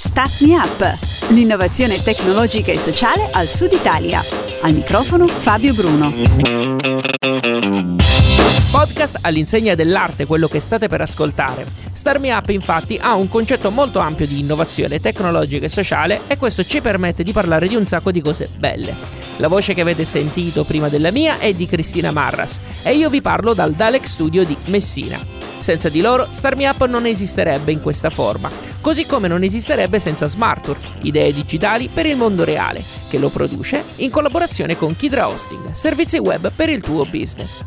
Start Me Up, l'innovazione tecnologica e sociale al Sud Italia. Al microfono Fabio Bruno. Podcast all'insegna dell'arte, quello che state per ascoltare. Start Me Up infatti ha un concetto molto ampio di innovazione tecnologica e sociale, e questo ci permette di parlare di un sacco di cose belle. La voce che avete sentito prima della mia è di Cristina Marras e io vi parlo dal Dalek Studio di Messina. Senza di loro Start Me Up non esisterebbe in questa forma, così come non esisterebbe senza Smartwork, idee digitali per il mondo reale, che lo produce in collaborazione con Kidra Hosting, servizi web per il tuo business.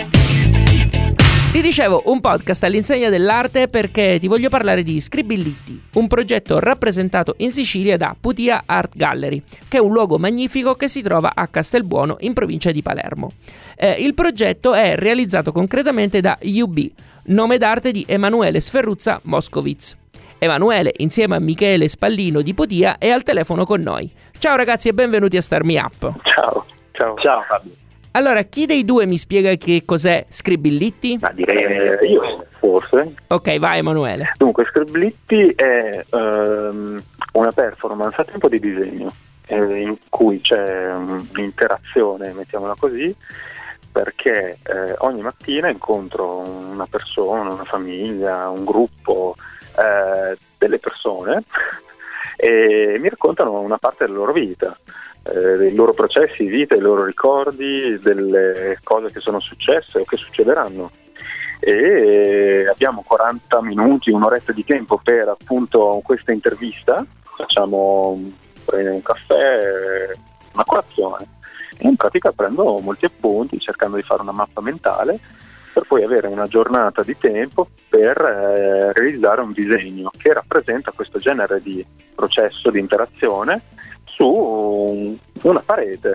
Ti dicevo, un podcast all'insegna dell'arte perché ti voglio parlare di Scribilliti, un progetto rappresentato in Sicilia da Putia Art Gallery, che è un luogo magnifico che si trova a Castelbuono in provincia di Palermo. Il progetto è realizzato concretamente da UB, nome d'arte di Emanuele Sferruzza Moscovitz. Emanuele, insieme a Michele Spallino di Putia, è al telefono con noi. Ciao ragazzi e benvenuti a Start Me Up. Ciao Fabio. Allora, chi dei due mi spiega che cos'è Scribilliti? Ma direi io, forse. Ok, vai Emanuele. Dunque, Scribilliti è una performance a tempo di disegno, in cui c'è un'interazione, mettiamola così, perché ogni mattina incontro una persona, una famiglia, un gruppo, delle persone e mi raccontano una parte della loro vita. Dei loro processi di vita, dei loro ricordi, delle cose che sono successe o che succederanno, e abbiamo 40 minuti, un'oretta di tempo per appunto questa intervista. Facciamo un caffè, una colazione, e in pratica prendo molti appunti cercando di fare una mappa mentale per poi avere una giornata di tempo per realizzare un disegno che rappresenta questo genere di processo di interazione su una parete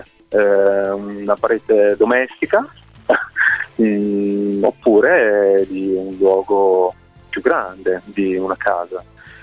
domestica oppure di un luogo più grande, di una casa.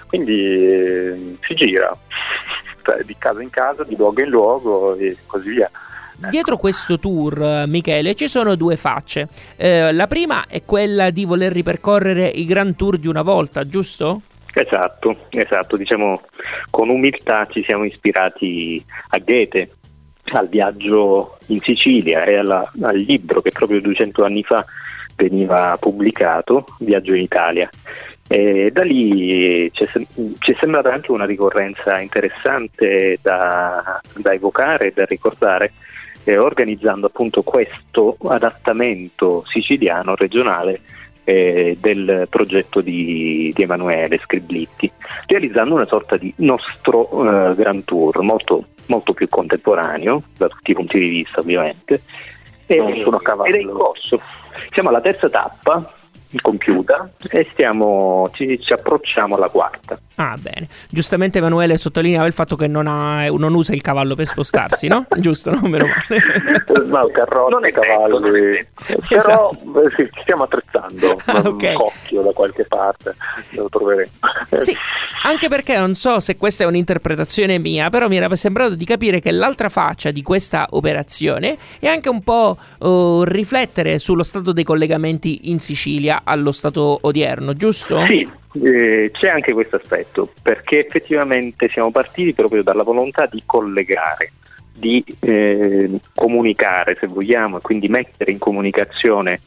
Quindi si gira di casa in casa, di luogo in luogo e così via. Dietro questo tour, Michele, ci sono due facce. La prima è quella di voler ripercorrere i Grand Tour di una volta, giusto? Esatto, diciamo con umiltà ci siamo ispirati a Goethe, al viaggio in Sicilia e al libro che proprio 200 anni fa veniva pubblicato, Viaggio in Italia, e da lì ci è sembrata anche una ricorrenza interessante da evocare e da ricordare, organizzando appunto questo adattamento siciliano regionale del progetto di Emanuele Scribilliti, realizzando una sorta di nostro Grand Tour molto, molto più contemporaneo da tutti i punti di vista, ovviamente, non sono a cavallo. Ed è in corso. Siamo alla terza tappa compiuta e ci approcciamo alla quarta. Ah, bene. Giustamente Emanuele sottolineava il fatto che non usa il cavallo per spostarsi, no? Giusto, no? Meno male. No, carrozze, cavalli. Però sì, ci stiamo attrezzando. Okay. Un cocchio da qualche parte lo troveremo. Sì, anche perché non so se questa è un'interpretazione mia, però mi era sembrato di capire che l'altra faccia di questa operazione è anche un po' riflettere sullo stato dei collegamenti in Sicilia allo stato odierno, giusto? Sì, c'è anche questo aspetto, perché effettivamente siamo partiti proprio dalla volontà di collegare, di comunicare, se vogliamo, e quindi mettere in comunicazione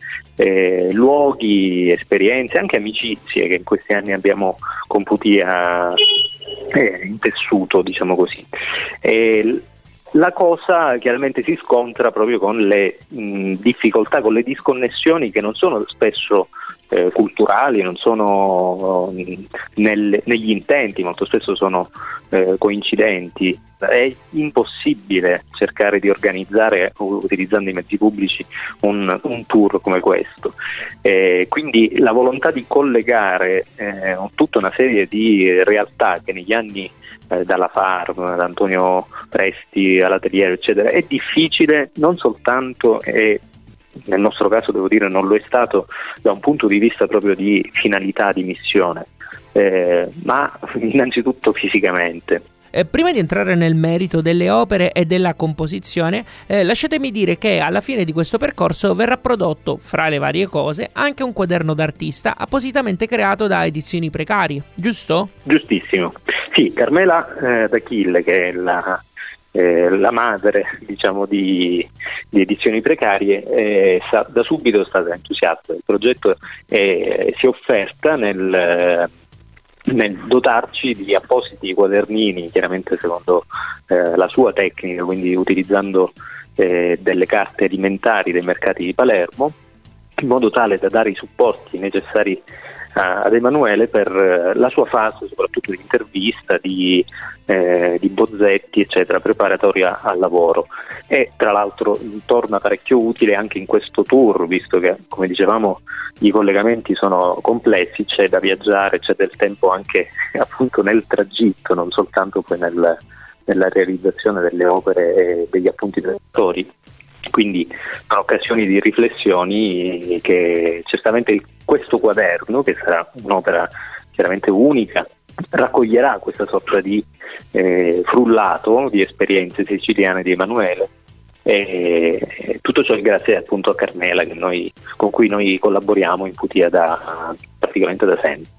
luoghi, esperienze, anche amicizie che in questi anni abbiamo con Putia intessuto, diciamo così. La cosa chiaramente si scontra proprio con le difficoltà, con le disconnessioni che non sono spesso culturali, non sono negli intenti, molto spesso sono coincidenti. È impossibile cercare di organizzare, utilizzando i mezzi pubblici, un tour come questo. Quindi la volontà di collegare tutta una serie di realtà che negli anni dalla Farm, da Antonio Presti all'Atelier, eccetera, è difficile, non soltanto, e nel nostro caso devo dire non lo è stato da un punto di vista proprio di finalità, di missione, ma innanzitutto fisicamente. Prima di entrare nel merito delle opere e della composizione, lasciatemi dire che alla fine di questo percorso verrà prodotto, fra le varie cose, anche un quaderno d'artista appositamente creato da Edizioni Precarie, giusto? Giustissimo. Sì, Carmela D'Achille, che è la madre, diciamo, di Edizioni Precarie, da subito è stata entusiasta del progetto e si è offerta nel dotarci di appositi quadernini, chiaramente secondo la sua tecnica, quindi utilizzando delle carte alimentari dei mercati di Palermo, in modo tale da dare i supporti necessari ad Emanuele per la sua fase, soprattutto di intervista, di bozzetti, eccetera, preparatoria al lavoro. E tra l'altro torna parecchio utile anche in questo tour, visto che, come dicevamo, i collegamenti sono complessi, c'è da viaggiare, c'è del tempo anche appunto nel tragitto, non soltanto poi nella realizzazione delle opere e degli appunti dei lettori. Quindi sono occasioni di riflessioni che certamente questo quaderno, che sarà un'opera chiaramente unica, raccoglierà questa sorta di frullato di esperienze siciliane di Emanuele, e tutto ciò è grazie appunto a Carmela, con cui noi collaboriamo in Putia praticamente da sempre.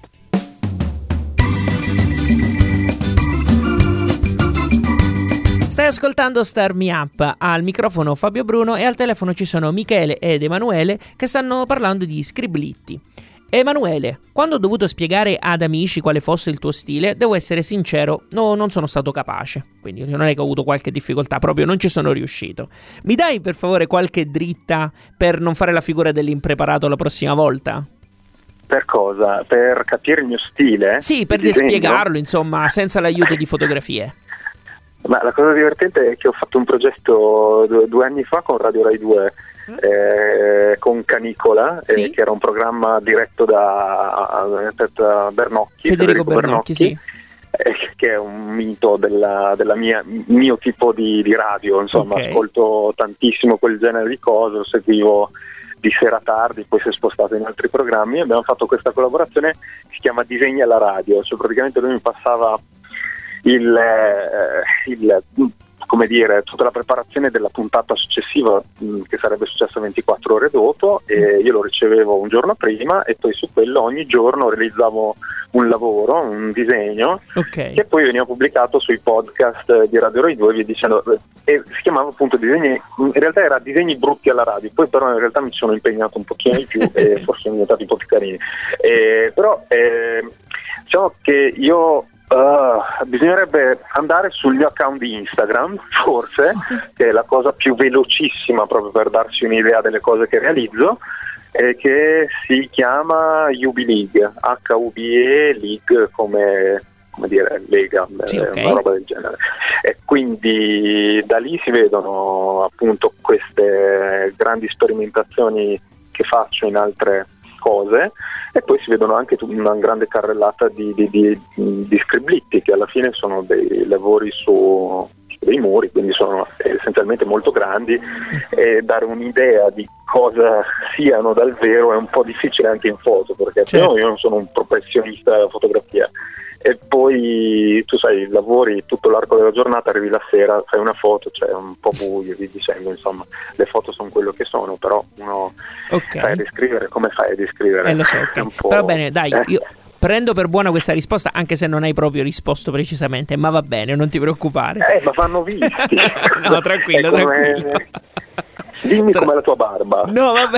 Stai ascoltando Start Me Up, al microfono Fabio Bruno e al telefono ci sono Michele ed Emanuele che stanno parlando di scriblitti. Emanuele, quando ho dovuto spiegare ad amici quale fosse il tuo stile, devo essere sincero, non sono stato capace, quindi non è che ho avuto qualche difficoltà, proprio non ci sono riuscito. Mi dai per favore qualche dritta per non fare la figura dell'impreparato la prossima volta? Per cosa? Per capire il mio stile? Sì, per spiegarlo, insomma, senza l'aiuto di fotografie. Ma la cosa divertente è che ho fatto un progetto 2 anni fa con Radio Rai 2, con Canicola, sì? che era un programma diretto da Bernocchi, Federico Bernocchi, sì. Che è un mito della mio tipo di radio, insomma, okay. Ascolto tantissimo quel genere di cose, lo seguivo di sera tardi, poi si è spostato in altri programmi e abbiamo fatto questa collaborazione che si chiama Disegni alla radio, cioè praticamente lui mi passava come dire, tutta la preparazione della puntata successiva, che sarebbe successa 24 ore dopo, e io lo ricevevo un giorno prima e poi su quello ogni giorno realizzavo un lavoro, un disegno, okay. Che poi veniva pubblicato sui podcast di Radio Rai 2 e via dicendo, e si chiamava appunto disegni, in realtà era disegni brutti alla radio, poi però in realtà mi sono impegnato un pochino di più e forse sono diventati un po' più carini, però diciamo che io bisognerebbe andare sul mio account di Instagram, forse, che è la cosa più velocissima proprio per darsi un'idea delle cose che realizzo, che si chiama UB League, HUBE League, come dire Lega, sì, okay. Una roba del genere. E quindi da lì si vedono appunto queste grandi sperimentazioni che faccio in altre cose, e poi si vedono anche una grande carrellata di scriblitti che alla fine sono dei lavori su dei muri, quindi sono essenzialmente molto grandi, e dare un'idea di cosa siano dal vero è un po' difficile anche in foto, perché certo. Io non sono un professionista della fotografia, e poi tu sai, lavori tutto l'arco della giornata, arrivi la sera, fai una foto, c'è un po' buio, vi dicendo, insomma, le foto sono quello che sono, però uno fai a descrivere, come fai a descrivere? Lo so, okay. Però bene, dai, io prendo per buona questa risposta, anche se non hai proprio risposto precisamente, ma va bene, non ti preoccupare. Ma vanno visti. No, tranquillo, tranquillo. Dimmi com'è la tua barba. No, vabbè.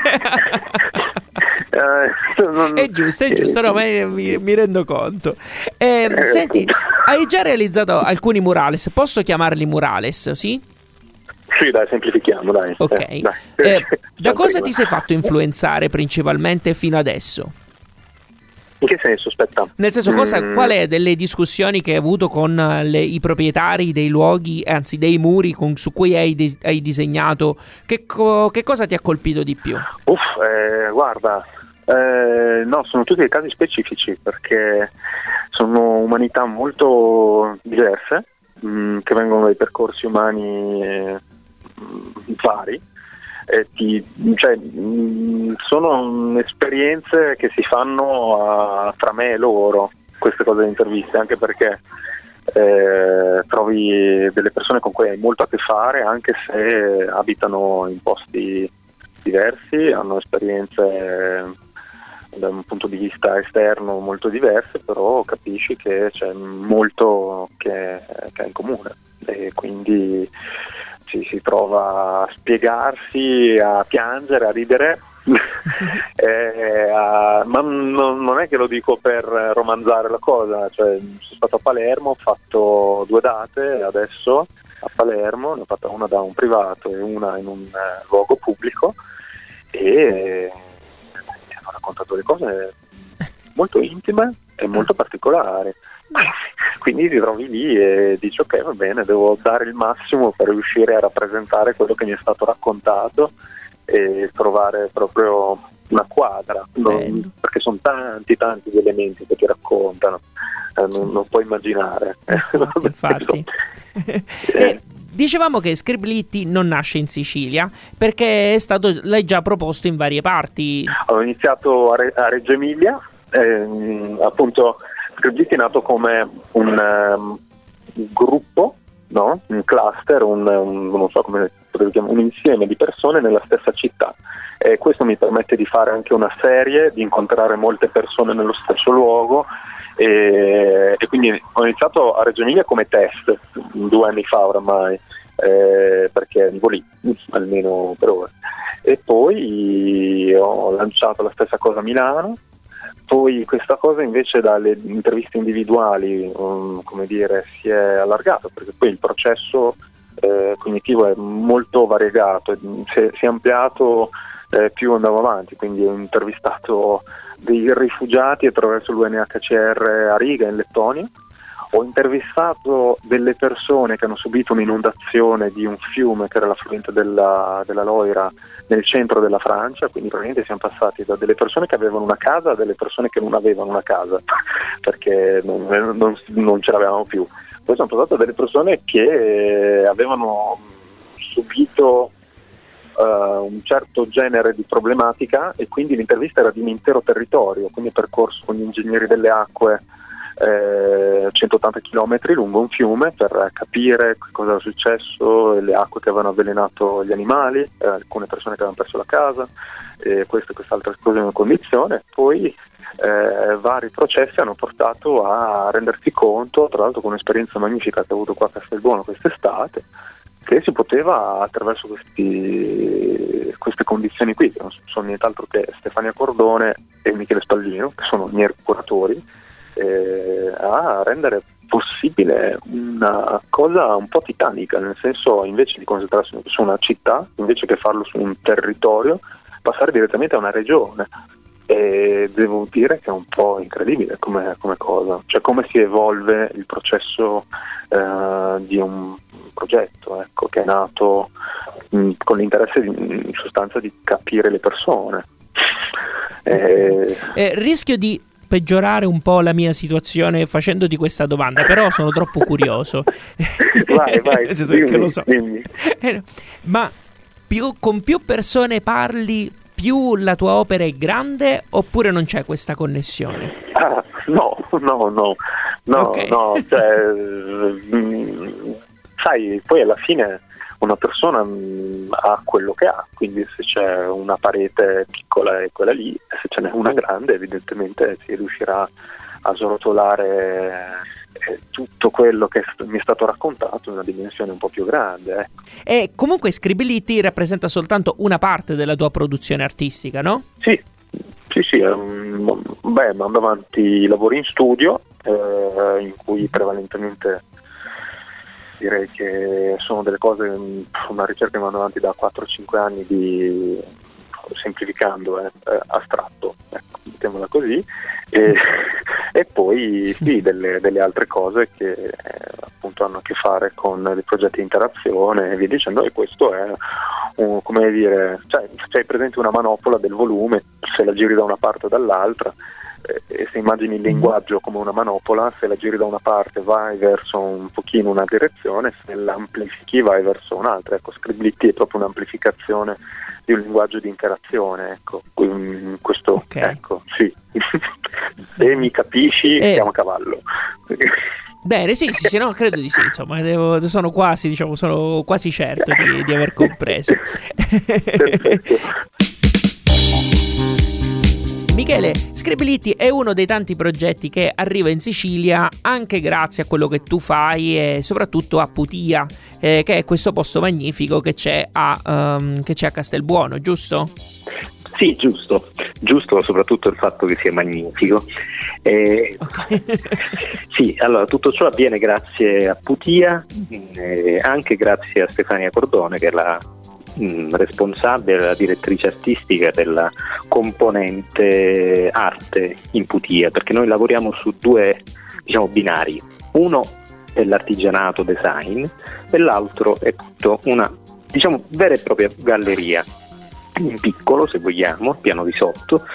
È giusto, no, mi rendo conto. Senti, hai già realizzato alcuni murales, posso chiamarli murales, sì? Sì, dai, semplifichiamo, dai. Ok. Dai. Da cosa ti sei fatto influenzare principalmente fino adesso? In che senso? Aspetta. Nel senso, qual è delle discussioni che hai avuto con i proprietari dei luoghi, anzi dei muri su cui hai disegnato? Che cosa ti ha colpito di più? Guarda, no, sono tutti dei casi specifici, perché sono umanità molto diverse, che vengono dai percorsi umani vari. Sono esperienze che si fanno tra me e loro, queste cose di interviste, anche perché trovi delle persone con cui hai molto a che fare, anche se abitano in posti diversi, hanno esperienze da un punto di vista esterno molto diverse, però capisci che c'è molto che è in comune, e quindi si prova a spiegarsi, a piangere, a ridere. Ma non è che lo dico per romanzare la cosa, cioè, sono stato a Palermo, ho fatto 2 date adesso a Palermo, ne ho fatta una da un privato e una in un luogo pubblico, e mi hanno raccontato le cose molto intime e molto particolari. Quindi ti trovi lì e dici ok, va bene, devo dare il massimo per riuscire a rappresentare quello che mi è stato raccontato e trovare proprio una quadra, perché sono tanti gli elementi che ti raccontano, non puoi immaginare. Infatti. Dicevamo che Scribblit non nasce in Sicilia perché l'hai già proposto in varie parti. Ho iniziato a Reggio Emilia, appunto Scribblit è nato come un gruppo, no? Un cluster, non so come potevo chiamare, un insieme di persone nella stessa città, e questo mi permette di fare anche una serie, di incontrare molte persone nello stesso luogo, e quindi ho iniziato a Reggio Emilia come test 2 anni fa oramai, perché vivo lì almeno per ora, e poi ho lanciato la stessa cosa a Milano. Poi questa cosa invece dalle interviste individuali, come dire, si è allargata, perché poi il processo cognitivo è molto variegato, si è ampliato più andavo avanti, quindi ho intervistato dei rifugiati attraverso l'UNHCR a Riga in Lettonia, ho intervistato delle persone che hanno subito un'inondazione di un fiume che era l'affluente della Loira nel centro della Francia, quindi probabilmente siamo passati da delle persone che avevano una casa a delle persone che non avevano una casa perché non ce l'avevamo più. Poi sono passato a delle persone che avevano subito un certo genere di problematica, e quindi l'intervista era di un intero territorio, quindi percorso con gli ingegneri delle acque 180 km lungo un fiume per capire cosa era successo, le acque che avevano avvelenato gli animali, alcune persone che avevano perso la casa, questa e quest'altra esplosione di condizione. Poi vari processi hanno portato a rendersi conto, tra l'altro con un'esperienza magnifica che ho avuto qua a Castelbuono quest'estate, che si poteva attraverso queste condizioni qui, che non sono nient'altro che Stefania Cordone e Michele Spallino, che sono i miei curatori, a rendere possibile una cosa un po' titanica, nel senso, invece di concentrarsi su una città, invece che farlo su un territorio, passare direttamente a una regione. E devo dire che è un po' incredibile come cosa, cioè come si evolve il processo di un progetto, ecco, che è nato con l'interesse in sostanza di capire le persone. Rischio di peggiorare un po' la mia situazione facendoti questa domanda, però sono troppo curioso. Vai, nel senso che lo so. Dimmi. Ma con più persone parli, più la tua opera è grande, oppure non c'è questa connessione? No, Okay. no, cioè, sai, poi alla fine una persona ha quello che ha, quindi se c'è una parete piccola è quella lì, se ce n'è una grande evidentemente si riuscirà a srotolare tutto quello che mi è stato raccontato in una dimensione un po' più grande, ecco. E comunque Scribblit rappresenta soltanto una parte della tua produzione artistica, no? Sì, mando avanti lavori in studio, in cui prevalentemente direi che sono delle cose, una ricerca che mando avanti da 4-5 anni, di semplificando, astratto, ecco, mettiamola così, e poi sì, delle altre cose che appunto hanno a che fare con dei progetti di interazione e via dicendo, e questo è come dire, cioè c'hai presente una manopola del volume, se la giri da una parte o dall'altra, e se immagini il linguaggio come una manopola, se la giri da una parte vai verso un pochino una direzione, se l'amplifichi vai verso un'altra. Ecco, Scribblit è proprio un'amplificazione di un linguaggio di interazione, ecco, questo, okay. Ecco, sì. Se mi capisci, siamo a cavallo. Bene, sì, no, credo di sì, insomma, sono quasi certo di aver compreso. Perfetto. Michele, Scribility è uno dei tanti progetti che arriva in Sicilia anche grazie a quello che tu fai e soprattutto a Putia, che è questo posto magnifico che c'è a Castelbuono, giusto? Sì, giusto soprattutto il fatto che sia magnifico. Okay. Sì, allora tutto ciò avviene grazie a Putia, anche grazie a Stefania Cordone, che è la responsabile, la direttrice artistica della componente arte in Putia, perché noi lavoriamo su due, binari. Uno è l'artigianato design e l'altro è tutto una, vera e propria galleria in piccolo, se vogliamo, piano di sotto,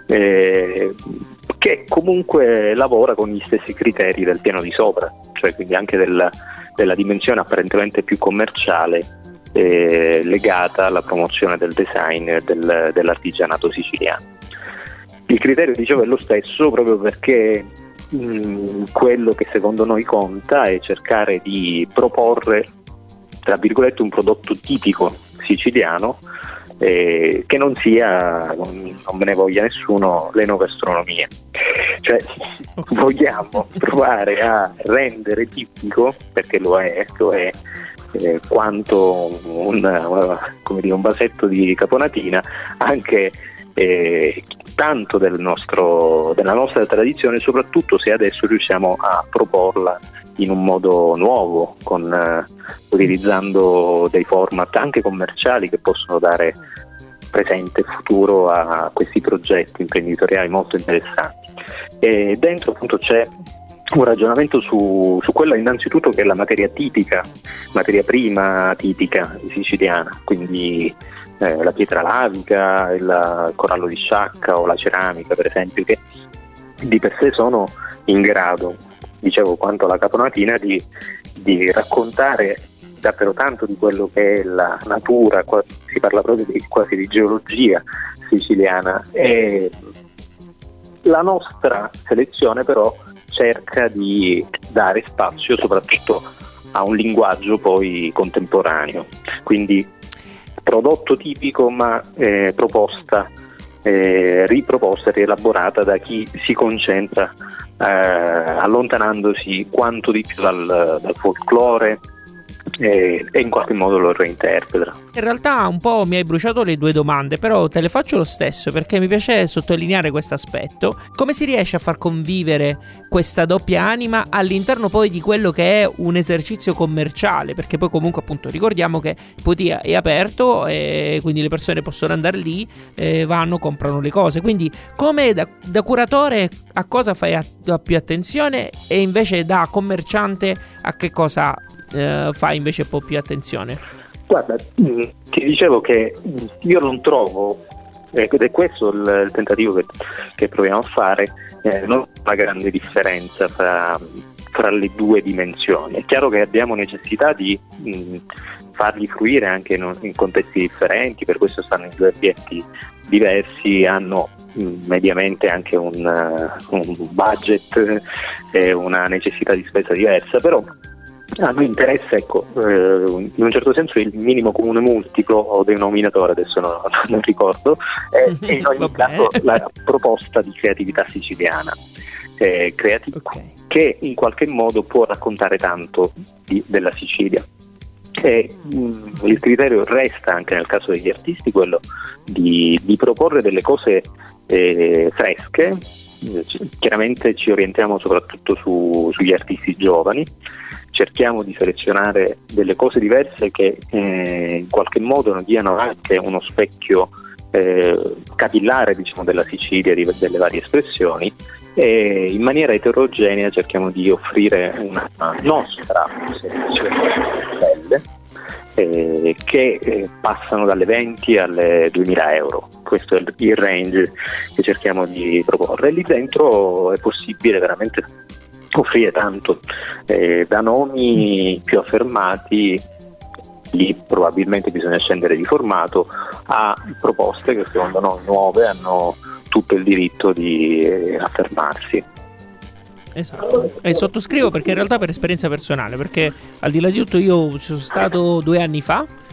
che comunque lavora con gli stessi criteri del piano di sopra, cioè quindi anche della dimensione apparentemente più commerciale, legata alla promozione del design e dell'artigianato siciliano. Il criterio, dicevo, è lo stesso, proprio perché quello che secondo noi conta è cercare di proporre, tra virgolette, un prodotto tipico siciliano, che non sia, non me ne voglia nessuno, l'enogastronomia. Cioè, vogliamo provare a rendere tipico, perché lo è quanto un vasetto di caponatina, anche tanto della nostra tradizione, soprattutto se adesso riusciamo a proporla in un modo nuovo, utilizzando dei format anche commerciali che possono dare presente e futuro a questi progetti imprenditoriali molto interessanti. E dentro appunto c'è un ragionamento su quella innanzitutto che è la materia prima tipica siciliana, quindi la pietra lavica, il corallo di Sciacca o la ceramica, per esempio, che di per sé sono in grado, dicevo, quanto la caponatina, di raccontare davvero tanto di quello che è la natura, si parla proprio quasi di geologia siciliana, e la nostra selezione però cerca di dare spazio soprattutto a un linguaggio poi contemporaneo, quindi prodotto tipico ma riproposta e rielaborata da chi si concentra, allontanandosi quanto di più dal folklore, e in qualche modo lo reinterpreta. In realtà un po' mi hai bruciato le due domande, però te le faccio lo stesso perché mi piace sottolineare questo aspetto. Come si riesce a far convivere questa doppia anima all'interno poi di quello che è un esercizio commerciale? Perché poi comunque appunto ricordiamo che Putia è aperto e quindi le persone possono andare lì, vanno, comprano le cose. Quindi come da curatore a cosa fai più attenzione, e invece da commerciante a che cosa fai invece un po' più attenzione? Guarda, ti dicevo che io non trovo, ed è questo il tentativo che proviamo a fare, non una grande differenza fra le due dimensioni. È chiaro che abbiamo necessità di farli fruire anche in contesti differenti, per questo stanno in due ambienti diversi, hanno mediamente anche un budget e una necessità di spesa diversa, però a noi interessa, in un certo senso, il minimo comune multiplo o denominatore, adesso non ricordo, e in ogni caso la proposta di creatività siciliana, che in qualche modo può raccontare tanto della Sicilia. E il criterio resta, anche nel caso degli artisti, quello di proporre delle cose fresche. Chiaramente ci orientiamo soprattutto sugli artisti giovani, cerchiamo di selezionare delle cose diverse che in qualche modo ne diano anche uno specchio capillare, della Sicilia, delle varie espressioni, e in maniera eterogenea cerchiamo di offrire una nostra selezione belle, che passano dalle 20 alle 2000 euro. Questo è il range che cerchiamo di proporre. Lì dentro è possibile veramente offrire tanto, da nomi più affermati. Lì probabilmente bisogna scendere di formato, a proposte che secondo noi nuove hanno tutto il diritto di affermarsi. Esatto, e sottoscrivo, perché in realtà per esperienza personale, perché al di là di tutto io ci sono stato 2 anni fa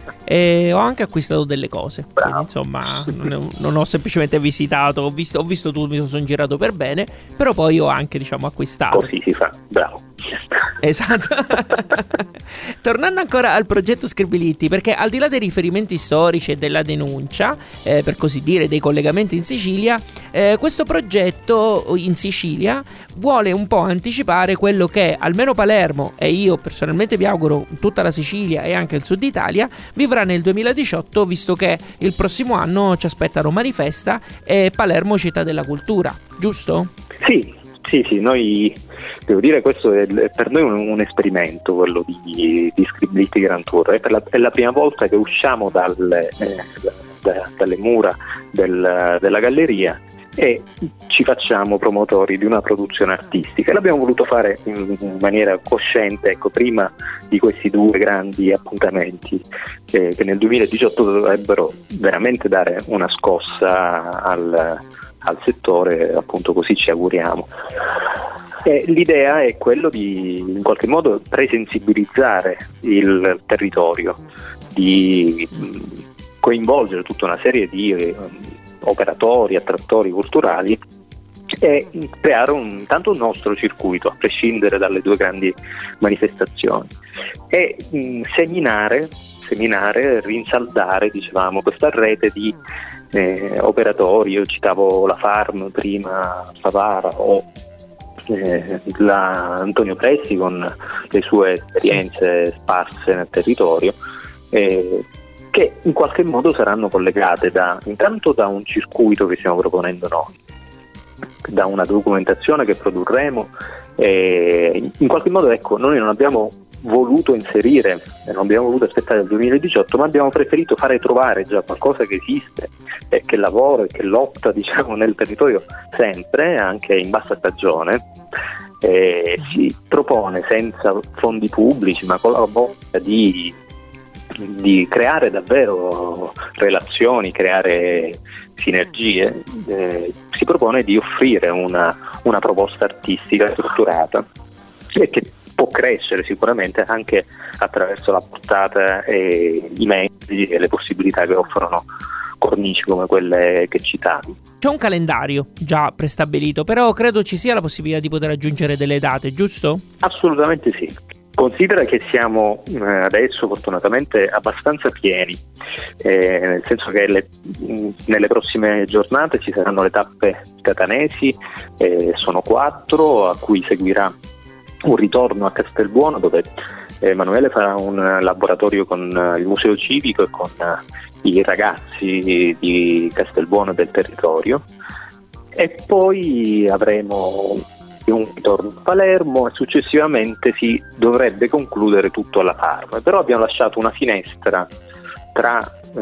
e ho anche acquistato delle cose. Bravo. Quindi, insomma, non ho semplicemente visitato, ho visto tutto, mi sono girato per bene, però poi ho anche, diciamo, acquistato. Così si fa, bravo. Esatto. Tornando ancora al progetto Scribilitti, perché al di là dei riferimenti storici e della denuncia, per così dire, dei collegamenti in Sicilia, questo progetto in Sicilia vuole un po' anticipare quello che almeno Palermo, e io personalmente vi auguro tutta la Sicilia e anche il sud Italia, vivrà nel 2018, visto che il prossimo anno ci aspetta Roma Manifesta e Palermo Città della Cultura, giusto? Sì, noi, devo dire, questo è per noi un esperimento, quello di Scribilitti Grand Tour. È la prima volta che usciamo dalle mura della galleria e ci facciamo promotori di una produzione artistica. L'abbiamo voluto fare in maniera cosciente, ecco, prima di questi due grandi appuntamenti che nel 2018 dovrebbero veramente dare una scossa al settore, appunto, così ci auguriamo. E l'idea è quello di in qualche modo presensibilizzare il territorio, di coinvolgere tutta una serie di operatori, attrattori culturali e creare tanto un nostro circuito, a prescindere dalle due grandi manifestazioni, e seminare, rinsaldare, dicevamo, questa rete di operatori. Io citavo la Farm prima, Favara, o Antonio Pressi con le sue esperienze sparse nel territorio, che in qualche modo saranno collegate intanto da un circuito che stiamo proponendo noi, da una documentazione che produrremo, e in qualche modo, ecco, noi non abbiamo voluto inserire, non abbiamo voluto aspettare il 2018, ma abbiamo preferito fare trovare già qualcosa che esiste e che lavora e che lotta, diciamo, nel territorio sempre, anche in bassa stagione. Si propone senza fondi pubblici, ma con la voglia di creare davvero relazioni, creare sinergie, si propone di offrire una proposta artistica strutturata e che può crescere sicuramente anche attraverso la portata e i mezzi e le possibilità che offrono cornici come quelle che citavi. C'è un calendario già prestabilito, però credo ci sia la possibilità di poter aggiungere delle date, giusto? Assolutamente sì. Considera che siamo adesso fortunatamente abbastanza pieni, nel senso che nelle prossime giornate ci saranno le tappe catanesi, sono 4, a cui seguirà un ritorno a Castelbuono, dove Emanuele farà un laboratorio con il Museo Civico e con i ragazzi di Castelbuono e del territorio, e poi avremo un ritorno a Palermo e successivamente si dovrebbe concludere tutto alla Farm. Però abbiamo lasciato una finestra tra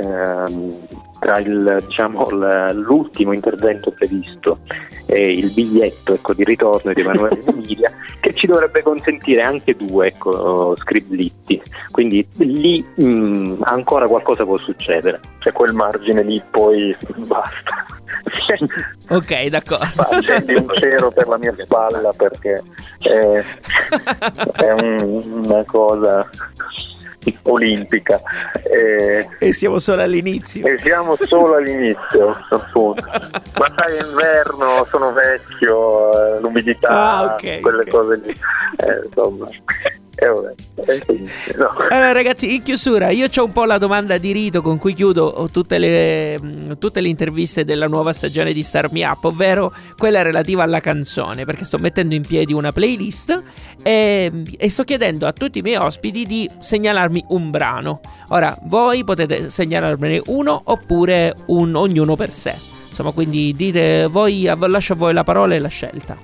l'ultimo intervento previsto e il biglietto, ecco, di ritorno di Emanuele Emilia, che ci dovrebbe consentire anche 2, ecco, Scribilitti. Quindi lì ancora qualcosa può succedere. C'è quel margine lì, poi basta. Ok, d'accordo. Accendi un cero per la mia spalla, perché è una cosa olimpica, e siamo solo all'inizio. Appunto. Ma sai, è inverno, sono vecchio, l'umidità, quelle cose lì, insomma. No. Allora, ragazzi, in chiusura io c'ho un po' la domanda di rito con cui chiudo tutte le interviste della nuova stagione di Start Me Up, ovvero quella relativa alla canzone, perché sto mettendo in piedi una playlist e sto chiedendo a tutti i miei ospiti di segnalarmi un brano. Ora, voi potete segnalarmene uno oppure ognuno per sé, insomma, quindi dite voi, lascio a voi la parola e la scelta.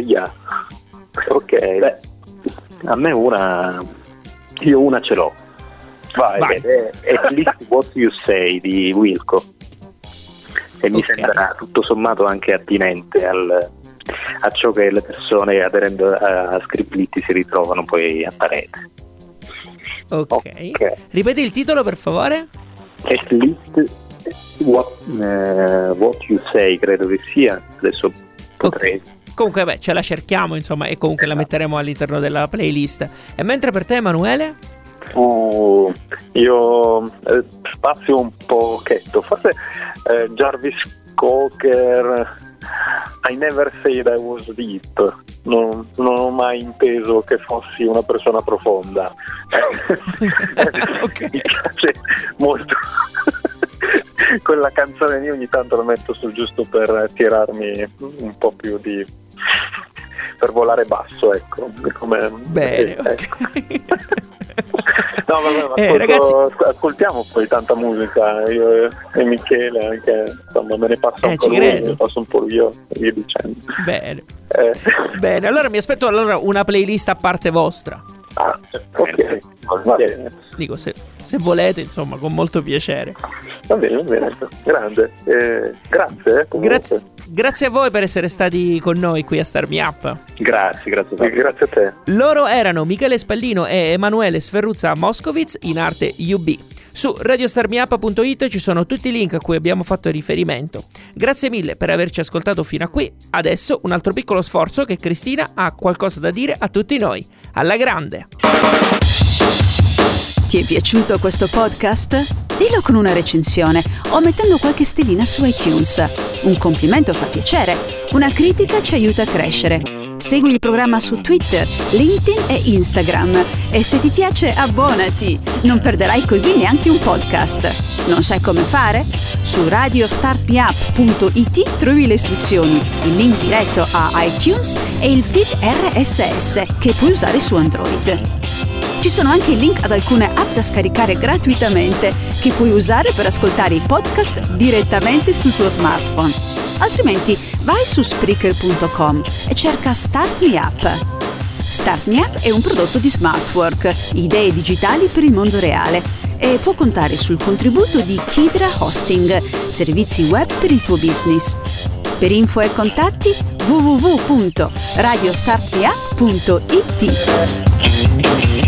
Ok, beh, a me io una ce l'ho. Vai. È At Least What You Say di Wilco, e mi sembra tutto sommato anche attinente a ciò che le persone, aderendo a Scribilitti, si ritrovano poi a parete. Ok. Ripeti il titolo, per favore. At Least What You Say, credo che sia. Adesso potrei... Comunque, ce la cerchiamo, insomma, e comunque la metteremo all'interno della playlist. E mentre per te, Emanuele? Io spazio un pochetto, forse Jarvis Cocker, I never said I was deep. Non ho mai inteso che fossi una persona profonda. Okay. Mi piace molto quella canzone lì, ogni tanto la metto sul giusto per tirarmi un po' più per volare basso, ecco. Bene, ecco. okay. No, vabbè, ragazzi, ascoltiamo poi tanta musica, io e Michele anche, insomma, me ne passa un po' lui, me ne passo un po' io, e via dicendo. Bene. Bene, allora mi aspetto una playlist a parte vostra. Ah, ok, va bene. Dico, se volete, insomma, con molto piacere. Va bene, grande. Grazie. Grazie a voi per essere stati con noi qui a Start Me Up. Grazie a te. Loro erano Michele Spallino e Emanuele Sferruzza Moscovitz, in arte UB. Su radiostarmeup.it ci sono tutti i link a cui abbiamo fatto riferimento. Grazie mille per averci ascoltato fino a qui. Adesso un altro piccolo sforzo che Cristina ha qualcosa da dire a tutti noi. Alla grande! Ti è piaciuto questo podcast? Dillo con una recensione o mettendo qualche stellina su iTunes. Un complimento fa piacere, una critica ci aiuta a crescere. Segui il programma su Twitter, LinkedIn e Instagram. E se ti piace, abbonati. Non perderai così neanche un podcast. Non sai come fare? Su radiostartmeup.it trovi le istruzioni, il link diretto a iTunes e il feed RSS che puoi usare su Android. Ci sono anche i link ad alcune app da scaricare gratuitamente che puoi usare per ascoltare i podcast direttamente sul tuo smartphone. Altrimenti vai su Spreaker.com e cerca Start Me Up. Start Me Up è un prodotto di Smartwork, idee digitali per il mondo reale, e può contare sul contributo di Kidra Hosting, servizi web per il tuo business. Per info e contatti www.radiostartmeup.it.